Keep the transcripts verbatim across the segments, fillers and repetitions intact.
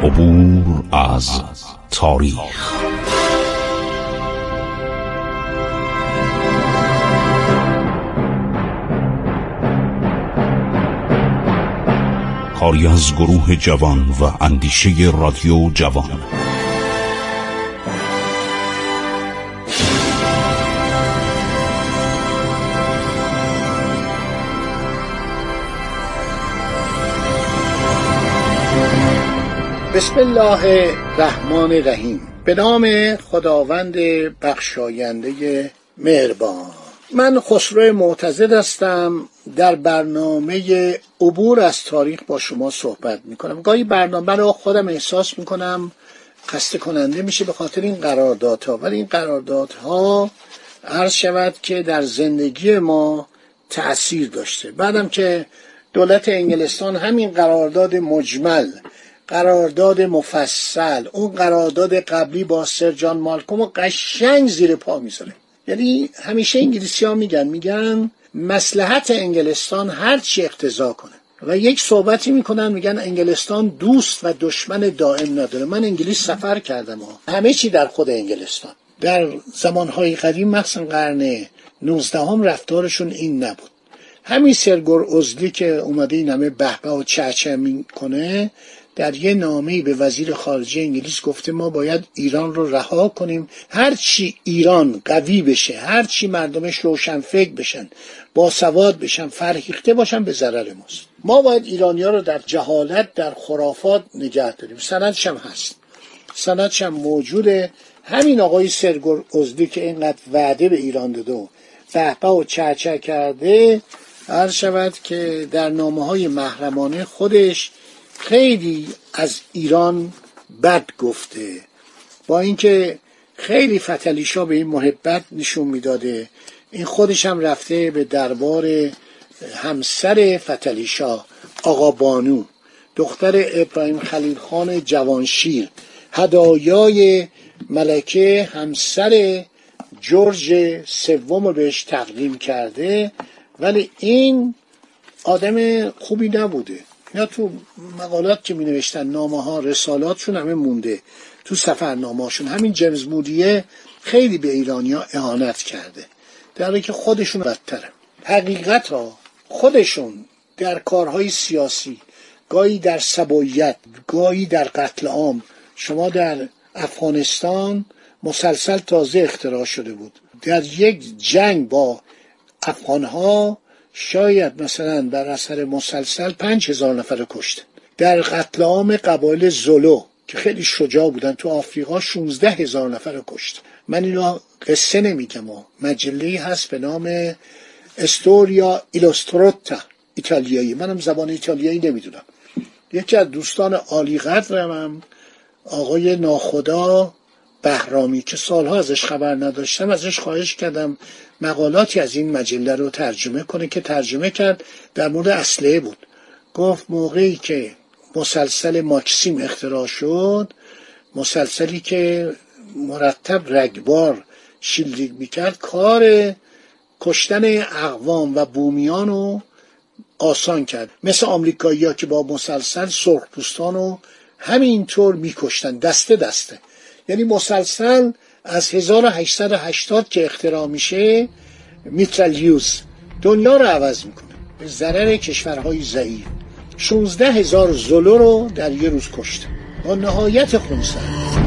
عبور از تاریخ. کاری از گروه جوان و اندیشه رادیو جوان. بسم الله الرحمن الرحیم. به نام خداوند بخشاینده مهربان. من خسرو معتزد هستم. در برنامه عبور از تاریخ با شما صحبت میکنم. گاهی برنامه رو خودم احساس میکنم خسته کننده میشه به خاطر این قراردادها، ولی این قراردادها عرض شود که در زندگی ما تأثیر داشته. بعدم که دولت انگلستان همین قرارداد مجمل، قرارداد مفصل، اون قرارداد قبلی با سر جان مالکوم رو قشنگ زیر پا میذاره. یعنی همیشه انگلیسی ها میگن میگن مصلحت انگلستان هر چی اقتضا کنه و یک صحبتی میکنن میگن انگلستان دوست و دشمن دائم نداره. من انگلیس سفر کردم ها. همه چی در خود انگلستان در زمانهای قدیم مثلا قرن نوزدهم رفتارشون این نبود. همین سرگور ازلی که اومده این همه بهبه و چهچه میکنه در یه نامه‌ای به وزیر خارجه انگلیس گفته ما باید ایران رو رها کنیم، هرچی ایران قوی بشه، هرچی مردمش روشن فکر بشن، باسواد بشن، فرهیخته باشن، به ضرر ماست. ما باید ایرانی‌ها رو در جهالت، در خرافات نگه داریم. سندش هم هست، سندش هم موجوده. همین آقای سرگور ازلی که اینقدر وعده به ایران داده و بهبه و چهچه کرده، عرض شود که در نامه‌های محرمانه خودش خیلی از ایران بد گفته، با اینکه خیلی فتلیشا به این محبت نشون میداده. این خودش هم رفته به دربار همسر فتلیشا، آقا بانو، دختر ابراهیم خلیل خان جوانشیر، هدایای ملکه همسر جورج سوم رو بهش تقدیم کرده، ولی این آدم خوبی نبوده. یا تو مقالات که می نوشتن، نامه ها، رسالاتشون همه مونده تو سفرنامه‌هاشون. همین جیمز مودیه خیلی به ایرانیا اهانت کرده، در حالی که خودشون بدتره. حقیقت ها خودشون در کارهای سیاسی، گاهی در سبویت، گاهی در قتل عام. شما در افغانستان مسلسل تازه اختراع شده بود، در یک جنگ با افغانها شاید مثلا بر اثر مسلسل پنج هزار نفر کشتن. در قتل عام قبایل زولو که خیلی شجاع بودن تو آفریقا شانزده هزار نفر کشتن. من اینا قصه نمیگم، مجله‌ای هست به نام استوریا ایلوستروتا، ایتالیایی. منم زبان ایتالیایی نمیدونم. یکی از دوستان عالی قدرم آقای ناخدا بهرامی که سالها ازش خبر نداشتم، ازش خواهش کردم مقالاتی از این مجله رو ترجمه کنه، که ترجمه کرد. در مورد اسلحه بود. گفت موقعی که مسلسل ماکسیم اختراع شد، مسلسلی که مرتب رگبار شلیک میکرد، کار کشتن اقوام و بومیان رو آسان کرد. مثل آمریکایی‌ها که با مسلسل سرخپوستان رو همینطور میکشتن دسته دسته. یعنی مسلسل از هزار و هشتصد و هشتاد که اختراع میشه، میترالیوز دنیا رو عوض میکنه به ضرر کشورهای ضعیف. شانزده هزار زولو رو در یه روز کشته با نهایت خونسردی.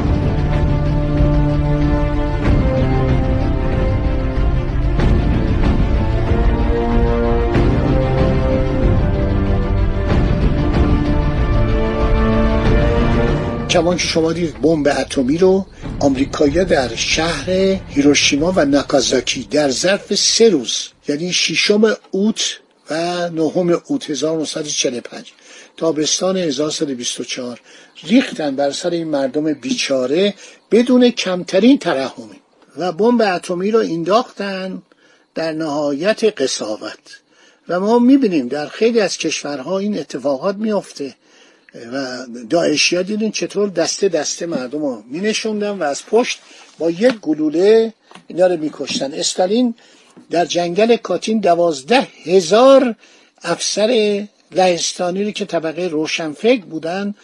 کمان که شما دید بمب اتمی رو آمریکایی‌ها در شهر هیروشیما و ناکازاکی در ظرف سه روز، یعنی ششم اوت و نهم اوت هزار و نهصد و چهل و پنج تابستان هزار و سیصد و بیست و چهار ریختن بر سر این مردم بیچاره بدون کمترین ترحمی و بمب اتمی رو انداختن در نهایت قساوت. و ما می‌بینیم در خیلی از کشورها این اتفاقات میفته و داعشی‌ها دیدین چطور دسته دسته مردم رو می نشوندن و از پشت با یک گلوله اینا رو می کشتن. استالین در جنگل کاتین دوازده هزار افسر لهستانی رو که طبقه روشنفکر بودن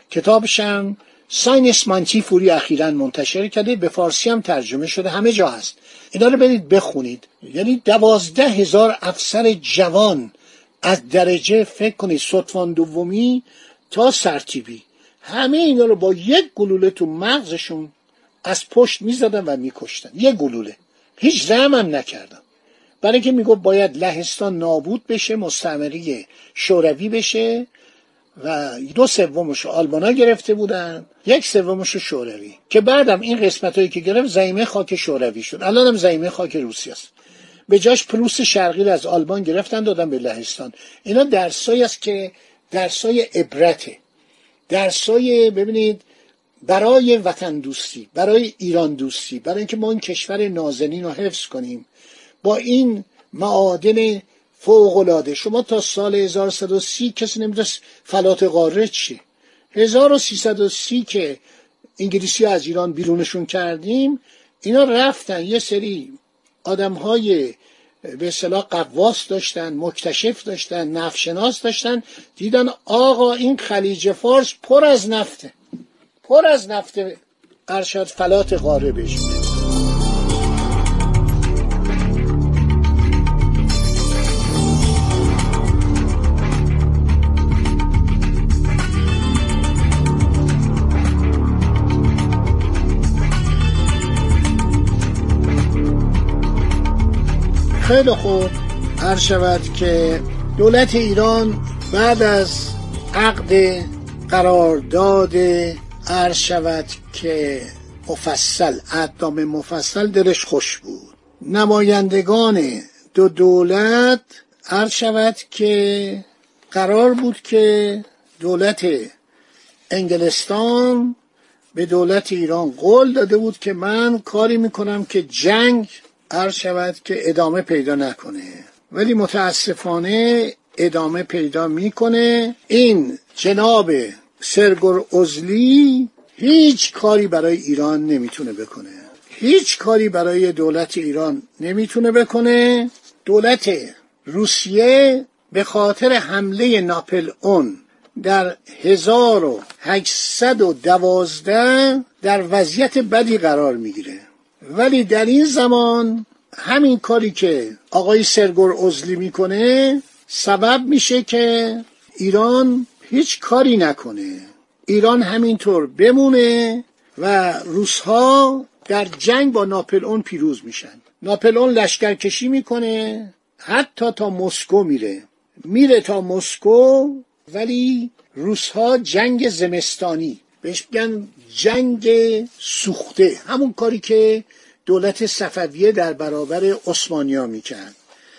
کتابشم ساینس مانتی فوری اخیراً منتشر کرده، به فارسی هم ترجمه شده، همه جا هست. اینا رو برید بخونید. یعنی دوازده هزار افسر جوان از درجه فکر کنید ستوان دومی تا سرتیبی، همه اینا رو با یک گلوله تو مغزشون از پشت میزدن و میکشتن. یک گلوله، هیچ رحم هم نکردن، برای اینکه میگفت باید لهستان نابود بشه، مستعمره شوروی بشه و دو سومش آلمانا گرفته بودن، یک سومش شوروی، که بعدم این قسمتایی که گرفت زمینه خاک شوروی شد، الان هم زمینه خاک روسیه است. به جاش پروس شرقی از آلمان گرفتن دادن به لهستان. اینا درسایی است که درسای عبرته، درسای ببینید برای وطن دوستی، برای ایران دوستی، برای اینکه ما این کشور نازنین رو حفظ کنیم با این معادن فوق‌العاده. شما تا سال هزار و سیصد و سی کسی نمی‌دونست فلات قاره چیه. هزار و سیصد و سی که انگلیسی از ایران بیرونشون کردیم، اینا رفتن یه سری آدم‌های به اصطلاح قواس داشتن، مکتشف داشتن، نفتشناس داشتن، دیدن آقا این خلیج فارس پر از نفته، پر از نفته، ارشد فلات قاره بهش میگن. خیلی خوب، عرض شود که دولت ایران بعد از عقد قرارداد عرض شود که مفصل، عقدنامه مفصل، دلش خوش بود. نمایندگان دو دولت عرض شود که قرار بود که دولت انگلستان به دولت ایران قول داده بود که من کاری میکنم که جنگ عرض شود که ادامه پیدا نکنه، ولی متاسفانه ادامه پیدا میکنه. این جناب سرگور اوزلی هیچ کاری برای ایران نمیتونه بکنه، هیچ کاری برای دولت ایران نمیتونه بکنه. دولت روسیه به خاطر حمله ناپلئون در هزار و هشتصد و دوازده در وضعیت بدی قرار میگیره، ولی در این زمان همین کاری که آقای سرگور اوزلی میکنه سبب میشه که ایران هیچ کاری نکنه، ایران همینطور بمونه و روس‌ها در جنگ با ناپلئون پیروز میشن. ناپلئون لشکرکشی میکنه حتی تا مسکو میره، میره تا مسکو، ولی روس‌ها جنگ زمستانی بهش میگن جنگ سوخته، همون کاری که دولت صفویه در برابر عثمانی‌ها میکرد.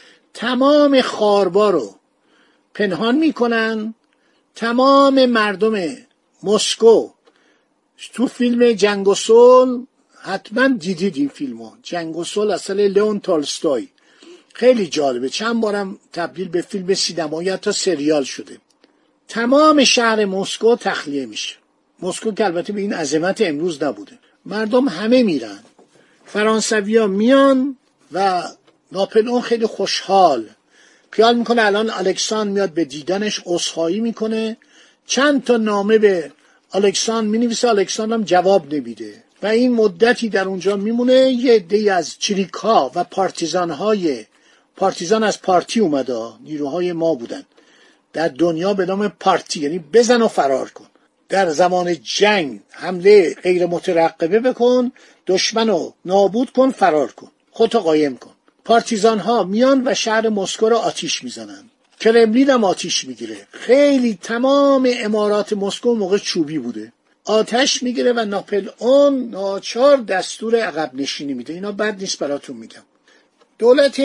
تمام خاربا رو پنهان میکنن، تمام مردم مسکو. تو فیلم جنگ و صلح حتما دیدید این فیلمو، جنگ و صلح اصل لئون تولستوی، خیلی جالبه، چند بارم تبدیل به فیلم سینمایی حتی سریال شده. تمام شهر مسکو تخلیه میشه. مسکو که البته به این عظمت امروز نبوده، مردم همه میرن، فرانسویا میان و ناپلئون خیلی خوشحال خیال میکنه الان الکساندر میاد به دیدنش، عذرخواهی میکنه، چند تا نامه به الکساندر مینویسه، الکساندر هم جواب نمیده و این مدتی در اونجا میمونه. یه عده‌ای از چریک‌ها و پارتیزان‌های پارتیزان از پارتی اومده، نیروهای ما بودن در دنیا به نام پارتی، یعنی بزن و فرار کن، در زمان جنگ حمله غیر مترقبه بکن، دشمنو نابود کن، فرار کن، خودتو قایم کن. پارتیزان ها میان و شهر مسکو رو آتیش میزنن، کرملین هم آتیش میگیره، خیلی تمام امارات مسکو موقع چوبی بوده، آتش میگیره و ناپلئون ناچار دستور عقب نشینی میده. اینا بد نیست براتون میگم. دولت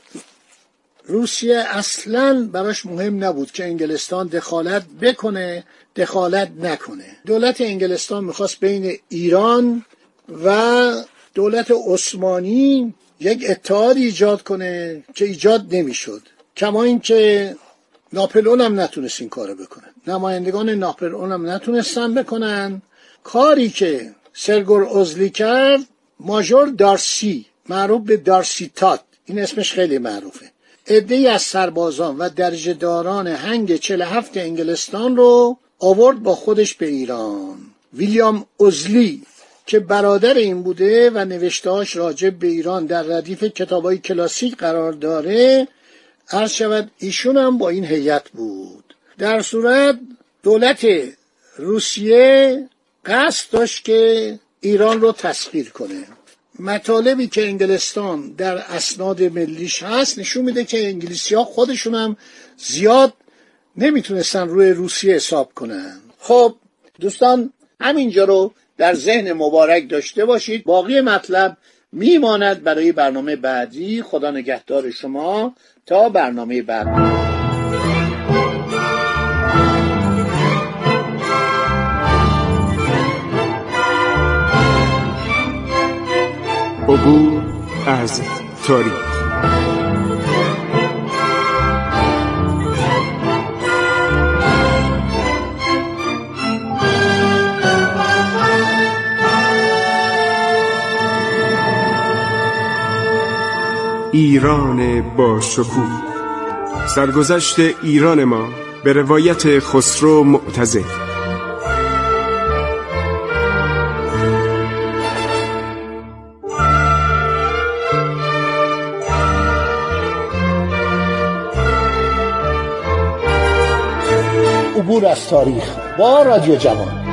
روسیه اصلاً براش مهم نبود که انگلستان دخالت بکنه دخالت نکنه. دولت انگلستان میخواست بین ایران و دولت عثمانی یک اتحاد ایجاد کنه که ایجاد نمیشد، کما این که ناپلئون هم نتونست این کارو بکنه، نمایندگان ناپلئون هم نتونستن بکنن. کاری که سرگور اوزلی کرد، ماژور دارسی، معروف به دارسی تات، این اسمش خیلی معروفه، عده‌ای از سربازان و درجه‌داران هنگ چهل و هفت انگلستان رو آورد با خودش به ایران. ویلیام اوزلی که برادر این بوده و نوشتهاش راجع به ایران در ردیف کتابای کلاسیک قرار داره، عرض شود ایشون هم با این هیئت بود. در صورت دولت روسیه قصد داشت که ایران رو تسخیر کنه. مطالبی که انگلستان در اسناد ملیش هست نشون میده که انگلیسی‌ها خودشون هم زیاد نمیتونستن روی روسیه حساب کنن. خب دوستان، همینجا رو در ذهن مبارک داشته باشید. باقی مطلب میماند برای برنامه بعدی. خدا نگهدار شما تا برنامه بعد. عبور از تاریخ. ایران با شکوه، سرگذشت ایران ما به روایت خسرو معتزد. عبور از تاریخ با رادیو جوان.